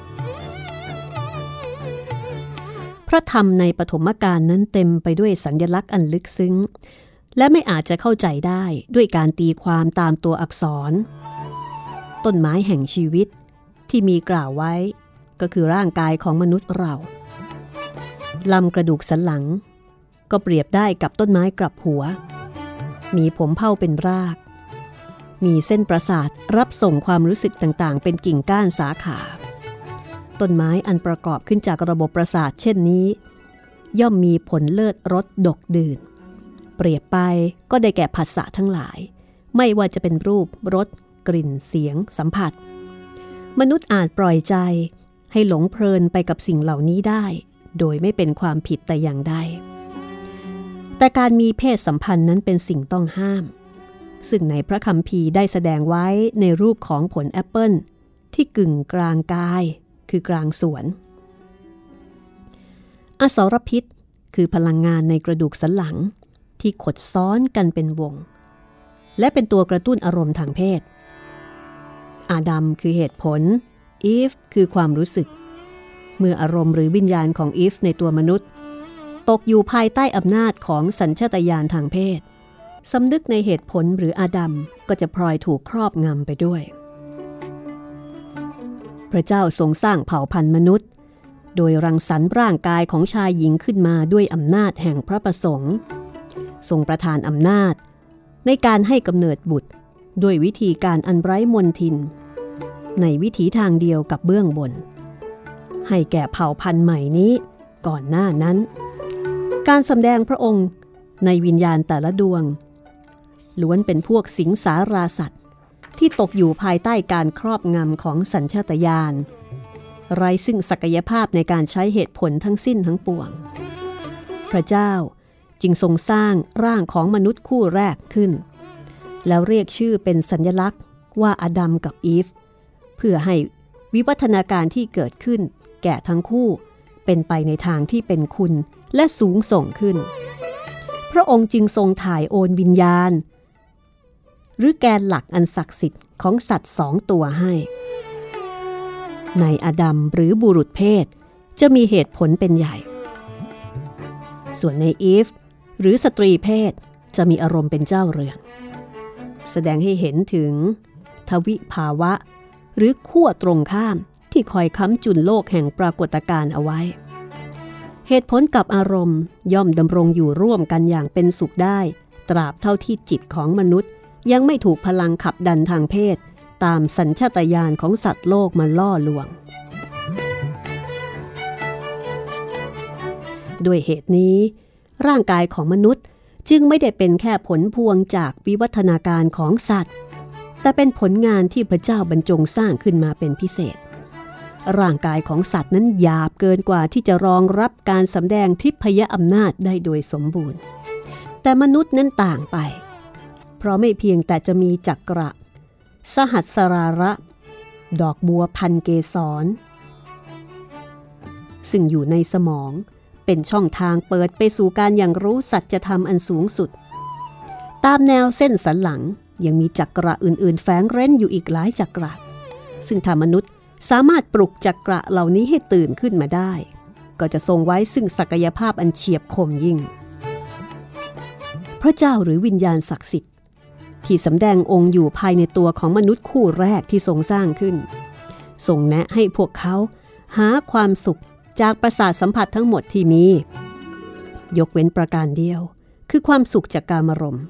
พระธรรมในปฐมกาลนั้นเต็มไปด้วยสัญลักษณ์อันลึกซึ้งและไม่อาจจะเข้าใจได้ด้วยการตีความตามตัวอักษรต้นไม้แห่งชีวิตที่มีกล่าวไว้ก็คือร่างกายของมนุษย์เราลำกระดูกสันหลังก็เปรียบได้กับต้นไม้กลับหัวมีผมเผ่าเป็นรากมีเส้นประสาทรับส่งความรู้สึกต่างๆเป็นกิ่งก้านสาขาต้นไม้อันประกอบขึ้นจากระบบประสาทเช่นนี้ย่อมมีผลเลิศรสดกดื่นเปรียบไปก็ได้แก่ผัสสะทั้งหลายไม่ว่าจะเป็นรูปรสกลิ่นเสียงสัมผัสมนุษย์อาจปล่อยใจให้หลงเพลินไปกับสิ่งเหล่านี้ได้โดยไม่เป็นความผิดแต่อย่างใดแต่การมีเพศสัมพันธ์นั้นเป็นสิ่งต้องห้ามซึ่งในพระคัมภีร์ได้แสดงไว้ในรูปของผลแอปเปิลที่กึ่งกลางกายคือกลางสวนอสรพิษคือพลังงานในกระดูกสันหลังที่ขดซ้อนกันเป็นวงและเป็นตัวกระตุ้นอารมณ์ทางเพศอาดัมคือเหตุผลอีฟคือความรู้สึกเมื่ออารมณ์หรือวิญญาณของอีฟในตัวมนุษย์ตกอยู่ภายใต้อำนาจของสัญชาตญาณทางเพศสำนึกในเหตุผลหรืออาดัมก็จะพลอยถูกครอบงำไปด้วยพระเจ้าทรงสร้างเผ่าพันธุ์มนุษย์โดยรังสรรค์ร่างกายของชายหญิงขึ้นมาด้วยอำนาจแห่งพระประสงค์ทรงประทานอำนาจในการให้กำเนิดบุตรด้วยวิธีการอันไร้มนทินในวิถีทางเดียวกับเบื้องบนให้แก่เผ่าพันธุ์ใหม่นี้ก่อนหน้านั้นการสำแดงพระองค์ในวิญญาณแต่ละดวงล้วนเป็นพวกสิงสาราสัตว์ที่ตกอยู่ภายใต้การครอบงำของสัญชาตญาณไร้ซึ่งศักยภาพในการใช้เหตุผลทั้งสิ้นทั้งปวงพระเจ้าจึงทรงสร้างร่างของมนุษย์คู่แรกขึ้นแล้วเรียกชื่อเป็นสัญลักษณ์ว่าอาดัมกับอีฟเพื่อให้วิวัฒนาการที่เกิดขึ้นแก่ทั้งคู่เป็นไปในทางที่เป็นคุณและสูงส่งขึ้นพระองค์จึงทรงถ่ายโอนวิญญาณหรือแกนหลักอันศักดิ์สิทธิ์ของสัตว์2 ตัวให้ในอาดัมหรือบุรุษเพศจะมีเหตุผลเป็นใหญ่ส่วนในอีฟหรือสตรีเพศจะมีอารมณ์เป็นเจ้าเรือนแสดงให้เห็นถึงทวิภาวะหรือขั้วตรงข้ามที่คอยค้ำจุนโลกแห่งปรากฏการณ์เอาไว้เหตุผลกับอารมณ์ย่อมดำรงอยู่ร่วมกันอย่างเป็นสุขได้ตราบเท่าที่จิตของมนุษย์ยังไม่ถูกพลังขับดันทางเพศตามสัญชาตญาณของสัตว์โลกมาล่อลวงด้วยเหตุนี้ร่างกายของมนุษย์จึงไม่ได้เป็นแค่ผลพวงจากวิวัฒนาการของสัตว์แต่เป็นผลงานที่พระเจ้าบรรจงสร้างขึ้นมาเป็นพิเศษร่างกายของสัตว์นั้นหยาบเกินกว่าที่จะรองรับการสำแดงทิพยอำนาจได้โดยสมบูรณ์แต่มนุษย์นั้นต่างไปเพราะไม่เพียงแต่จะมีจักระสหัสราระดอกบัวพันเกสรซึ่งอยู่ในสมองเป็นช่องทางเปิดไปสู่การอย่างรู้สัจธรรมอันสูงสุดตามแนวเส้นสันหลังยังมีจักระอื่นๆแฝงเร้นอยู่อีกหลายจักระซึ่งถ้ามนุษย์สามารถปลุกจักระเหล่านี้ให้ตื่นขึ้นมาได้ก็จะทรงไว้ซึ่งศักยภาพอันเฉียบคมยิ่งพระเจ้าหรือวิญญาณศักดิ์สิทธิ์ที่สำแดงองค์อยู่ภายในตัวของมนุษย์คู่แรกที่ทรงสร้างขึ้นทรงแนะให้พวกเขาหาความสุขจากประสาทสัมผัสทั้งหมดที่มียกเว้นประการเดียวคือความสุขจากกามารมณ์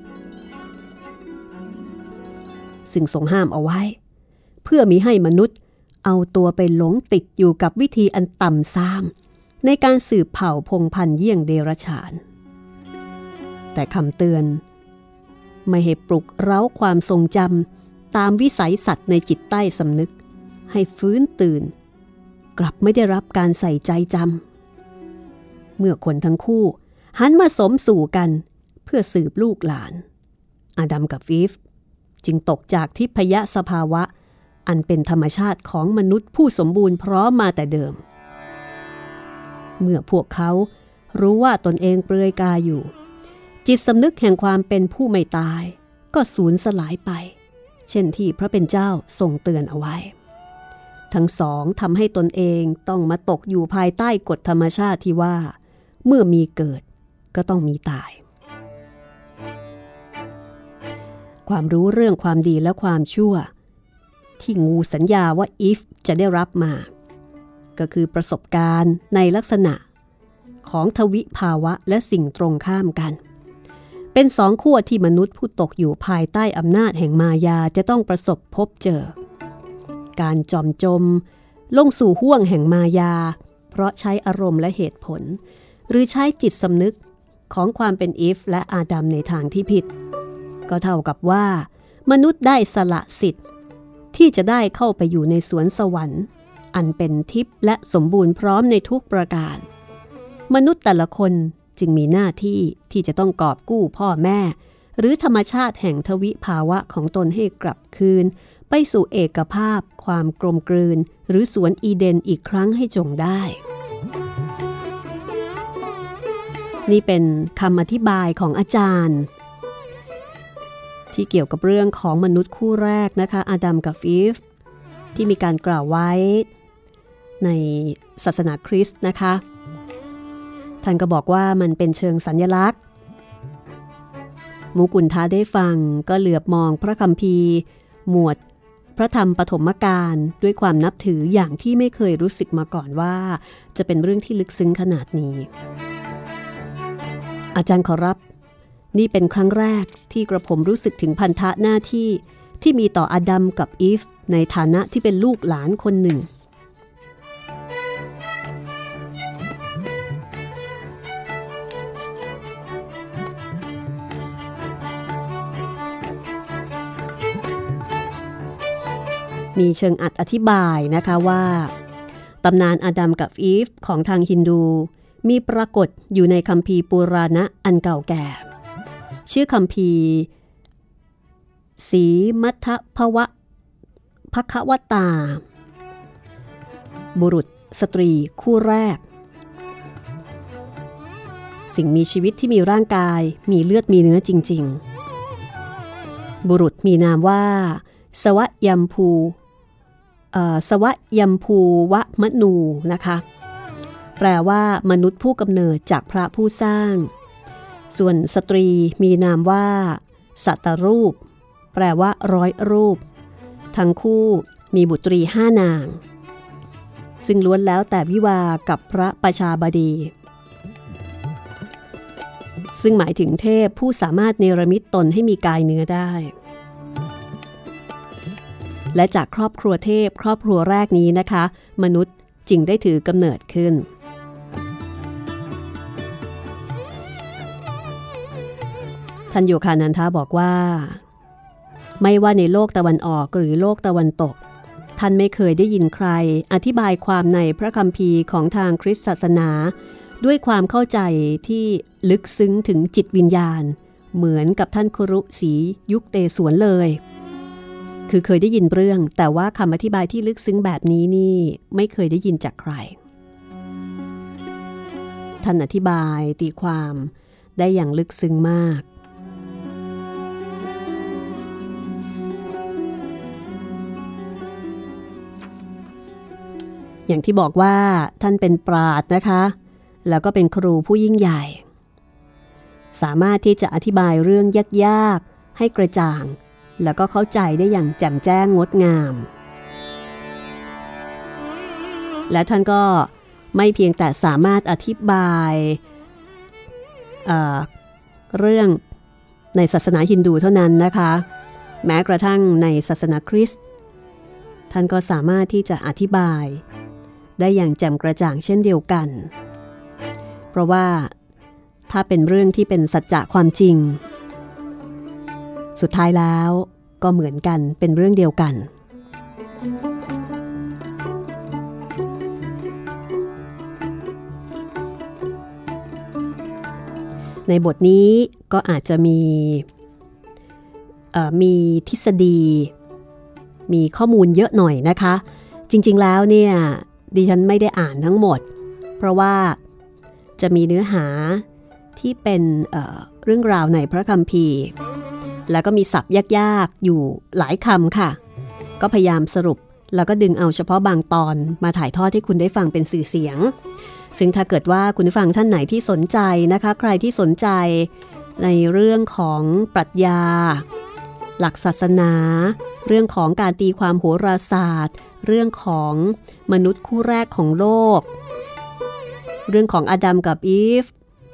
ซึ่งทรงห้ามเอาไว้เพื่อมิให้มนุษย์เอาตัวไปหลงติดอยู่กับวิธีอันต่ำทรามในการสืบเผ่าพงศ์พันธุ์เยี่ยงเดรัจฉานแต่คำเตือนไม่ให้ปลุกเร้าความทรงจำตามวิสัยสัตว์ในจิตใต้สำนึกให้ฟื้นตื่นกลับไม่ได้รับการใส่ใจจำเมื่อคนทั้งคู่หันมาสมสู่กันเพื่อสืบลูกหลานอาดัมกับอีฟจึงตกจากทิพยสภาวะอันเป็นธรรมชาติของมนุษย์ผู้สมบูรณ์พร้อมมาแต่เดิมเมื่อพวกเขารู้ว่าตนเองเปลือยกายอยู่จิตสำนึกแห่งความเป็นผู้ไม่ตายก็สูญสลายไปเช่นที่พระเป็นเจ้าทรงเตือนเอาไว้ทั้งสองทำให้ตนเองต้องมาตกอยู่ภายใต้กฎธรรมชาติที่ว่าเมื่อมีเกิดก็ต้องมีตายความรู้เรื่องความดีและความชั่วที่งูสัญญาว่าอีฟจะได้รับมาก็คือประสบการณ์ในลักษณะของทวิภาวะและสิ่งตรงข้ามกันเป็นสองขั้วที่มนุษย์ผู้ตกอยู่ภายใต้อำนาจแห่งมายาจะต้องประสบพบเจอการจอมจมลงสู่ห้วงแห่งมายาเพราะใช้อารมณ์และเหตุผลหรือใช้จิตสำนึกของความเป็นอีฟและอาดัมในทางที่ผิดก็เท่ากับว่ามนุษย์ได้สละสิทธิ์ที่จะได้เข้าไปอยู่ในสวนสวรรค์อันเป็นทิพย์และสมบูรณ์พร้อมในทุกประการมนุษย์แต่ละคนจึงมีหน้าที่ที่จะต้องกอบกู้พ่อแม่หรือธรรมชาติแห่งทวิภาวะของตนให้กลับคืนไปสู่เอกภาพความกลมกลืนหรือสวนอีเดนอีกครั้งให้จงได้นี่เป็นคำอธิบายของอาจารย์ที่เกี่ยวกับเรื่องของมนุษย์คู่แรกนะคะอาดัมกับอีฟที่มีการกล่าวไว้ในศาสนาคริสต์นะคะท่านก็บอกว่ามันเป็นเชิงสัญลักษณ์มุกุลทาได้ฟังก็เหลือบมองพระคัมภีร์หมวดพระธรรมปฐมกาลด้วยความนับถืออย่างที่ไม่เคยรู้สึกมาก่อนว่าจะเป็นเรื่องที่ลึกซึ้งขนาดนี้อาจารย์ขอรับนี่เป็นครั้งแรกที่กระผมรู้สึกถึงพันธะหน้าที่ที่มีต่ออาดัมกับอีฟในฐานะที่เป็นลูกหลานคนหนึ่งมีเชิงอธิบายนะคะว่าตำนานอาดัมกับอีฟของทางฮินดูมีปรากฏอยู่ในคัมภีร์ปุราณะอันเก่าแก่ชื่อคัมภีร์สีมัทธภควตาบุรุษสตรีคู่แรกสิ่งมีชีวิตที่มีร่างกายมีเลือดมีเนื้อจริงๆบุรุษมีนามว่าสวยัมพูวะมนูนะคะแปลว่ามนุษย์ผู้กำเนิดจากพระผู้สร้างส่วนสตรีมีนามว่าสัตรูปแปลว่า100 รูปทั้งคู่มีบุตรี5 นางซึ่งล้วนแล้วแต่วิวากับพระประชาบดีซึ่งหมายถึงเทพผู้สามารถเนรมิตตนให้มีกายเนื้อได้และจากครอบครัวเทพครอบครัวแรกนี้นะคะมนุษย์จึงได้ถือกำเนิดขึ้นท่านโยคานันทาบอกว่าไม่ว่าในโลกตะวันออกหรือโลกตะวันตกท่านไม่เคยได้ยินใครอธิบายความในพระคัมภีร์ของทางคริสตศาสนาด้วยความเข้าใจที่ลึกซึ้งถึงจิตวิญญาณเหมือนกับท่านครุศรียุคเตสวนเลยคือเคยได้ยินเรื่องแต่ว่าคำอธิบายที่ลึกซึ้งแบบนี้นี่ไม่เคยได้ยินจากใครท่านอธิบายตีความได้อย่างลึกซึ้งมากอย่างที่บอกว่าท่านเป็นปราชญ์นะคะแล้วก็เป็นครูผู้ยิ่งใหญ่สามารถที่จะอธิบายเรื่องยากๆให้กระจ่างแล้วก็เข้าใจได้อย่างแจ่มแจ้งงดงามและท่านก็ไม่เพียงแต่สามารถอธิบายเรื่องในศาสนาฮินดูเท่านั้นนะคะแม้กระทั่งในศาสนาคริสต์ท่านก็สามารถที่จะอธิบายได้อย่างแจ่มกระจ่างเช่นเดียวกันเพราะว่าถ้าเป็นเรื่องที่เป็นสัจจะความจริงสุดท้ายแล้วก็เหมือนกันเป็นเรื่องเดียวกันในบทนี้ก็อาจจะมีทฤษฎีมีข้อมูลเยอะหน่อยนะคะจริงๆแล้วเนี่ยดิฉันไม่ได้อ่านทั้งหมดเพราะว่าจะมีเนื้อหาที่เป็นเรื่องราวในพระคัมภีร์แล้วก็มีศัพท์ยากๆอยู่หลายคำค่ะก็พยายามสรุปแล้วก็ดึงเอาเฉพาะบางตอนมาถ่ายทอดให้คุณได้ฟังเป็นสื่อเสียงซึ่งถ้าเกิดว่าคุณฟังท่านไหนที่สนใจนะคะใครที่สนใจในเรื่องของปรัชญาหลักศาสนาเรื่องของการตีความโหราศาสตร์เรื่องของมนุษย์คู่แรกของโลกเรื่องของอาดัมกับอีฟ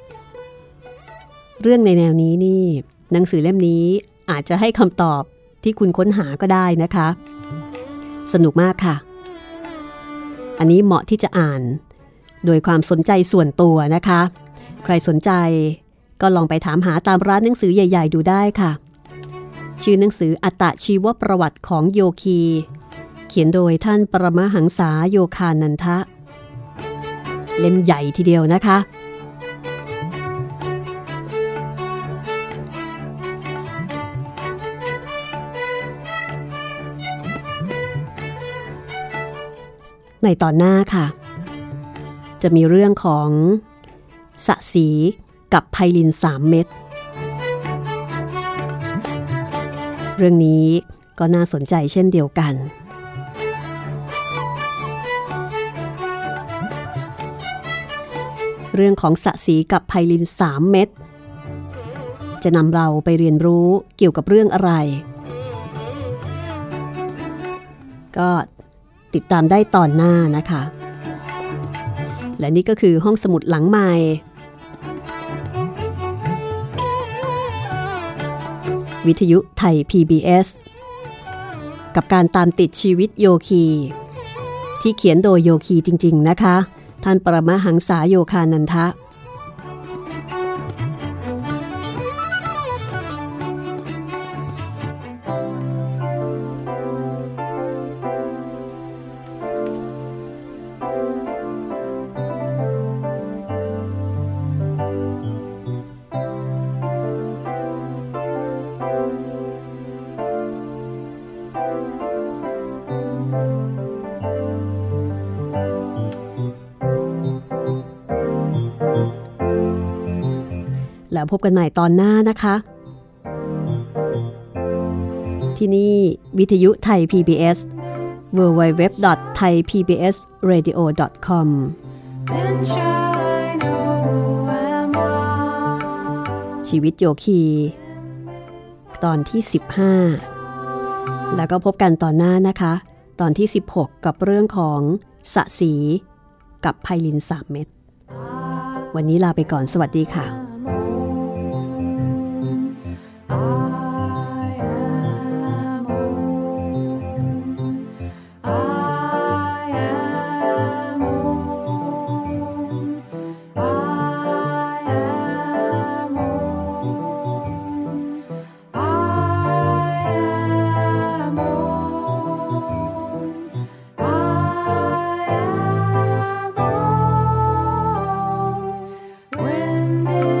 เรื่องในแนวนี้นี่หนังสือเล่มนี้อาจจะให้คำตอบที่คุณค้นหาก็ได้นะคะสนุกมากค่ะอันนี้เหมาะที่จะอ่านโดยความสนใจส่วนตัวนะคะใครสนใจก็ลองไปถามหาตามร้านหนังสือใหญ่ๆดูได้ค่ะชื่อหนังสืออัตตชีวประวัติของโยคีเขียนโดยท่านปรมหังสาโยคานันทะเล่มใหญ่ทีเดียวนะคะในตอนหน้าค่ะจะมีเรื่องของสะสีกับไพลิน3 เม็ดเรื่องนี้ก็น่าสนใจเช่นเดียวกันเรื่องของสะสีกับไพลิน3 เม็ดจะนำเราไปเรียนรู้เกี่ยวกับเรื่องอะไรก็ติดตามได้ตอนหน้านะคะและนี่ก็คือห้องสมุดหลังใหม่วิทยุไทย PBS กับการตามติดชีวิตโยคีที่เขียนโดยโยคีจริงๆนะคะท่านปรมหังสาโยคานันทะแล้วพบกันใหม่ตอนหน้านะคะ ที่นี่วิทยุไทย PBS www.thaipbsradio.com ชีวิตโยคีตอนที่15แล้วก็พบกันตอนหน้านะคะตอนที่16กับเรื่องของสะสีกับไพลิน3 เม็ดวันนี้ลาไปก่อนสวัสดีค่ะ When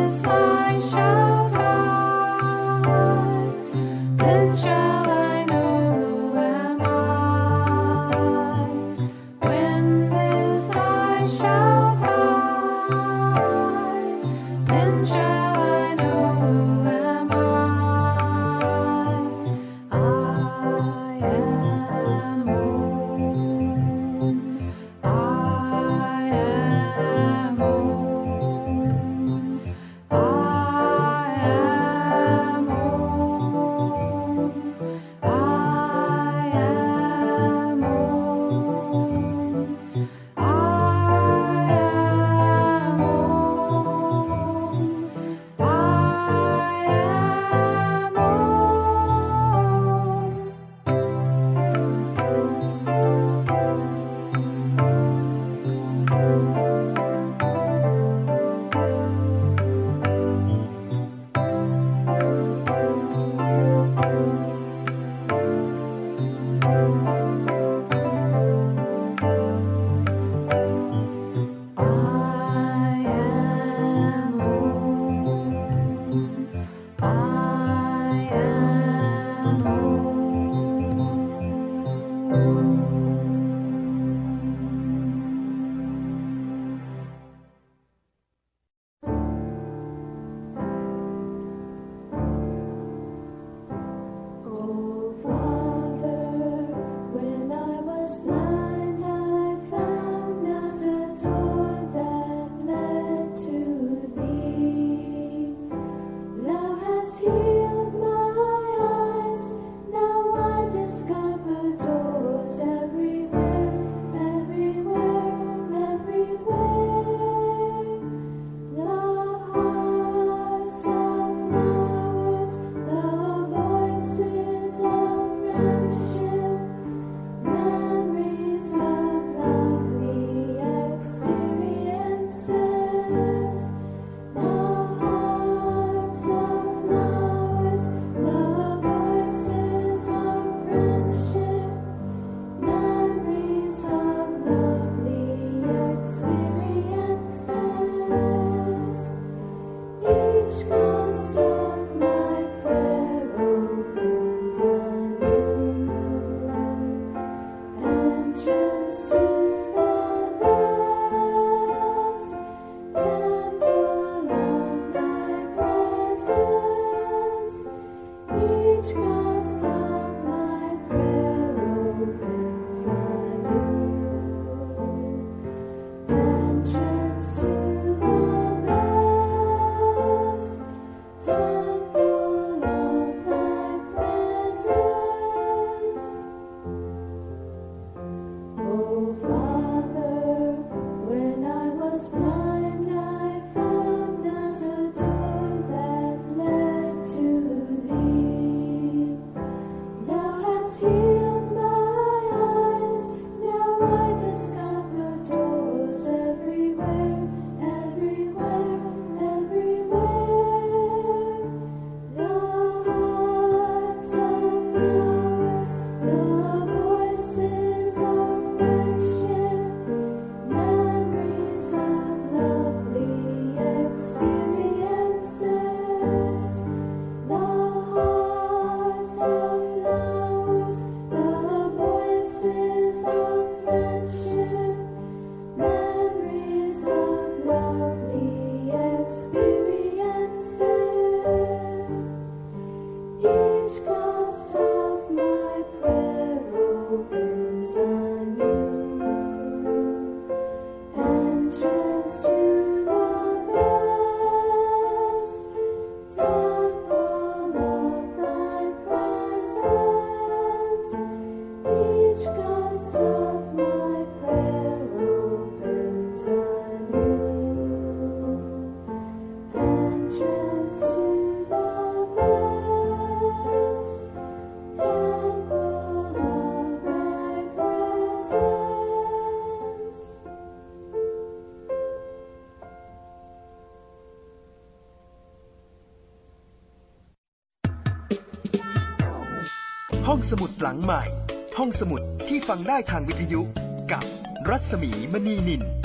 ห้องสมุดหลังใหม่ห้องสมุดที่ฟังได้ทางวิทยุกับรัศมีมณีนิน